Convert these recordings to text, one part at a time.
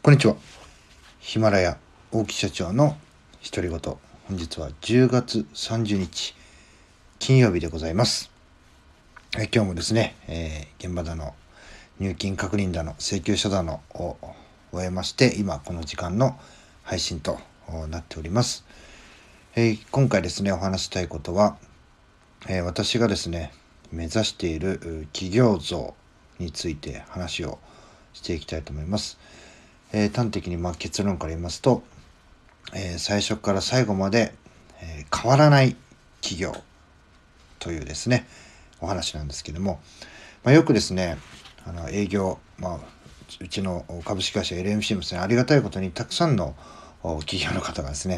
こんにちは。ヒマラヤ大木社長の独り言。本日は10月30日金曜日でございます。今日もですね、現場だの入金確認だの請求書だのを終えまして、今この時間の配信となっております。今回ですね、お話したいことは、私がですね目指している企業像について話をしていきたいと思います。端的に結論から言いますと、最初から最後まで、変わらない企業というですねお話なんですけども、よくですね営業、うちの株式会社 LMC もですね、ありがたいことにたくさんの企業の方がですね、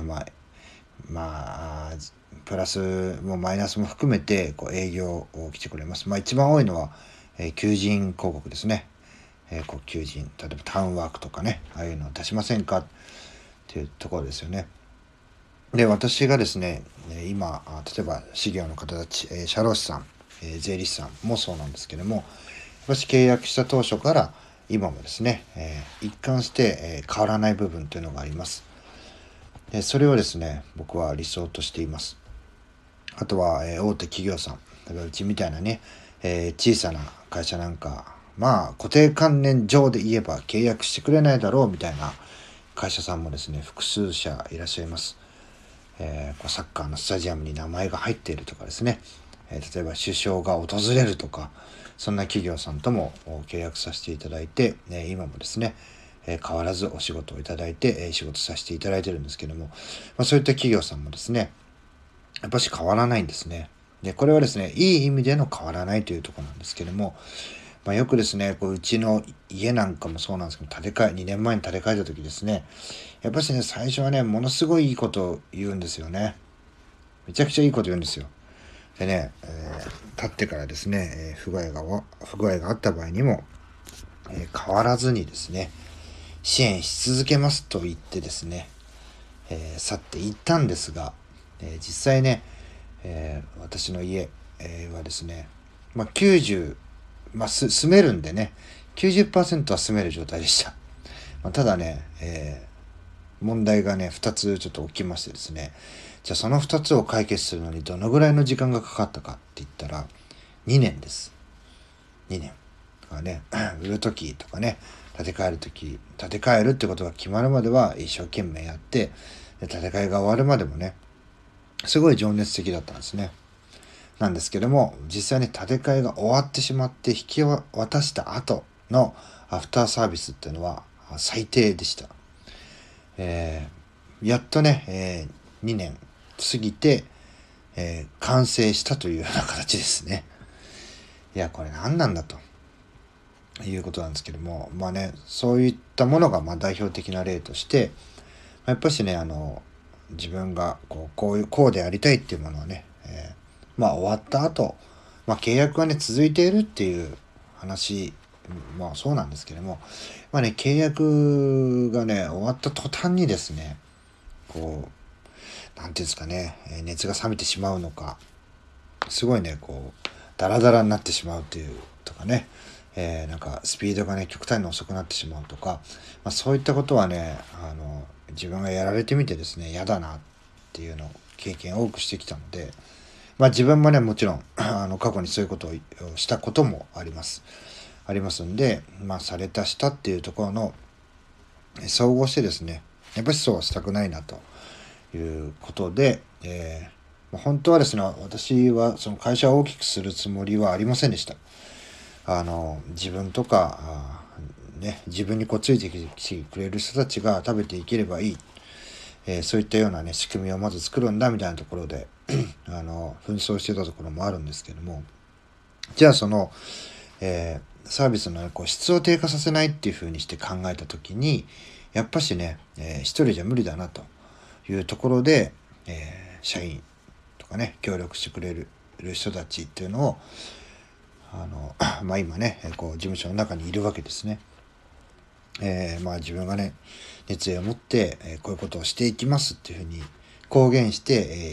プラスもマイナスも含めて営業を来てくれます。一番多いのは、求人広告ですね。求人、例えばタウンワークとかね、ああいうのを出しませんかっていうところですよね。で、私がですね今例えば事業の方たち、社労士さん、税理士さんもそうなんですけども、私契約した当初から今もですね、一貫して、変わらない部分というのがあります。でそれをですね僕は理想としています。あとは、大手企業さん、例えばうちみたいなね、小さな会社なんか、固定観念上で言えば契約してくれないだろうみたいな会社さんもですね複数社いらっしゃいます。サッカーのスタジアムに名前が入っているとかですね、例えば首相が訪れるとか、そんな企業さんとも契約させていただいて、今もですね、変わらずお仕事をいただいて、仕事させていただいてるんですけども、そういった企業さんもですねやっぱし変わらないんですね。でこれはですねいい意味での変わらないというところなんですけども、よくですねうちの家なんかもそうなんですけど、2年前に建て替えた時ですね、やっぱしね最初はねものすごいいいことを言うんですよね。めちゃくちゃいいこと言うんですよ。でね、建ってからですね、不具合があった場合にも、変わらずにですね支援し続けますと言ってですね、去っていったんですが、実際ね、私の家、はですね、90、住めるんでね、90% は住める状態でした。ただね、問題がね、2つちょっと起きましてですね、じゃあその2つを解決するのにどのぐらいの時間がかかったかって言ったら、2年です。2年。だからね、売るときとかね、建て替えるってことが決まるまでは一生懸命やって、で建て替えが終わるまでもね、すごい情熱的だったんですね。なんですけども、実際に建て替えが終わってしまって引き渡した後のアフターサービスっていうのは最低でした。やっとね、2年過ぎて、完成したというような形ですね。いや、これ何なんだということなんですけども、そういったものが代表的な例として、やっぱしね、自分がこうでありたいっていうものはね、終わった後、契約がね、続いているっていう話、そうなんですけども、契約がね、終わった途端にですね、なんていうんですかね、熱が冷めてしまうのか、すごいね、ダラダラになってしまうっていうとかね、なんかスピードがね、極端に遅くなってしまうとか、そういったことはね、自分がやられてみてですね、嫌だなっていうのを経験を多くしてきたので、自分もね、もちろん、過去にそういうことをしたこともあります。ありますんで、されたしたっていうところの、総合してですね、やっぱりそうはしたくないなということで、本当はですね、私はその会社を大きくするつもりはありませんでした。自分とか、自分についてきてくれる人たちが食べていければいい。そういったようなね、仕組みをまず作るんだみたいなところで、紛争してたところもあるんですけども、じゃあその、サービスの、質を低下させないっていう風にして考えたときに、やっぱしね、一人じゃ無理だなというところで、社員とかね、協力してくれる人たちっていうのを、今ね、事務所の中にいるわけですね。自分がね、熱意を持って、こういうことをしていきますっていうふうに公言して、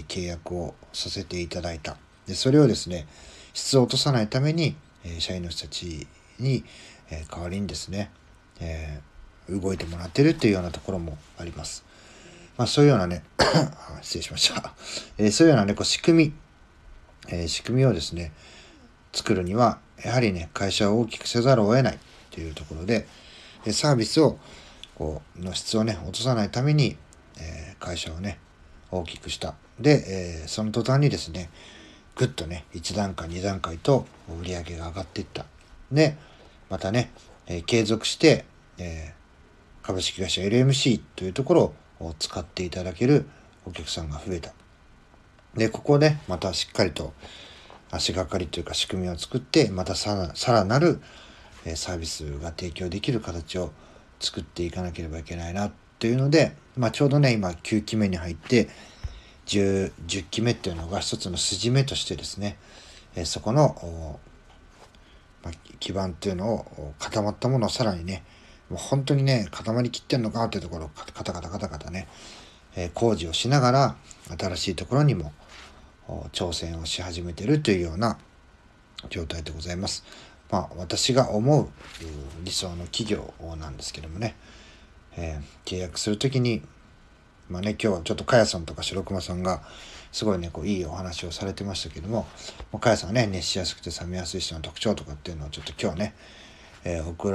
契約をさせていただいた。で、それをですね、質を落とさないために、社員の人たちに、代わりにですね、 動いてもらってるっていうようなところもあります。そういうようなね失礼しました、そういうようなね仕組みをですね作るにはやはりね会社を大きくせざるを得ないというところで、サービスをの質をね落とさないために、会社をね大きくしたで、その途端にですねぐっとね1段階2段階と売り上げが上がっていったでまたね、継続して、株式会社 LMC というところを使っていただけるお客さんが増えた。でここでまたしっかりと足がかりというか仕組みを作ってまたさらなるサービスが提供できる形を作っていかなければいけないなというので、ちょうどね今9期目に入って10期目っていうのが一つの筋目としてですね、そこの基盤っていうのを固まったものをさらにねもう本当にね固まりきってんのかっていうところをカタカタね、工事をしながら新しいところにも挑戦をし始めているというような状態でございます。私が思う理想の企業なんですけどもね、契約するときに今日はちょっとかやさんとか白熊さんがすごいねいいお話をされてましたけども、かやさんはね熱しやすくて冷めやすい人の特徴とかっていうのをちょっと今日ね、遅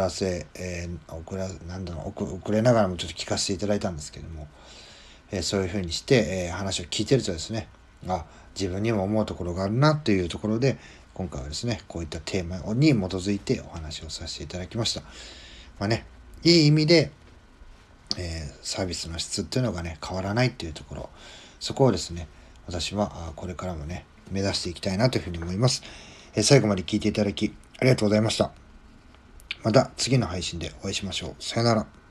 れながらもちょっと聞かせていただいたんですけども、そういうふうにして、話を聞いてるとですね自分にも思うところがあるなというところで今回はですねこういったテーマに基づいてお話をさせていただきました。いい意味でサービスの質っていうのがね変わらないっていうところ、そこをですね私はこれからもね目指していきたいなというふうに思います。最後まで聞いていただきありがとうございました。また次の配信でお会いしましょう。さよなら。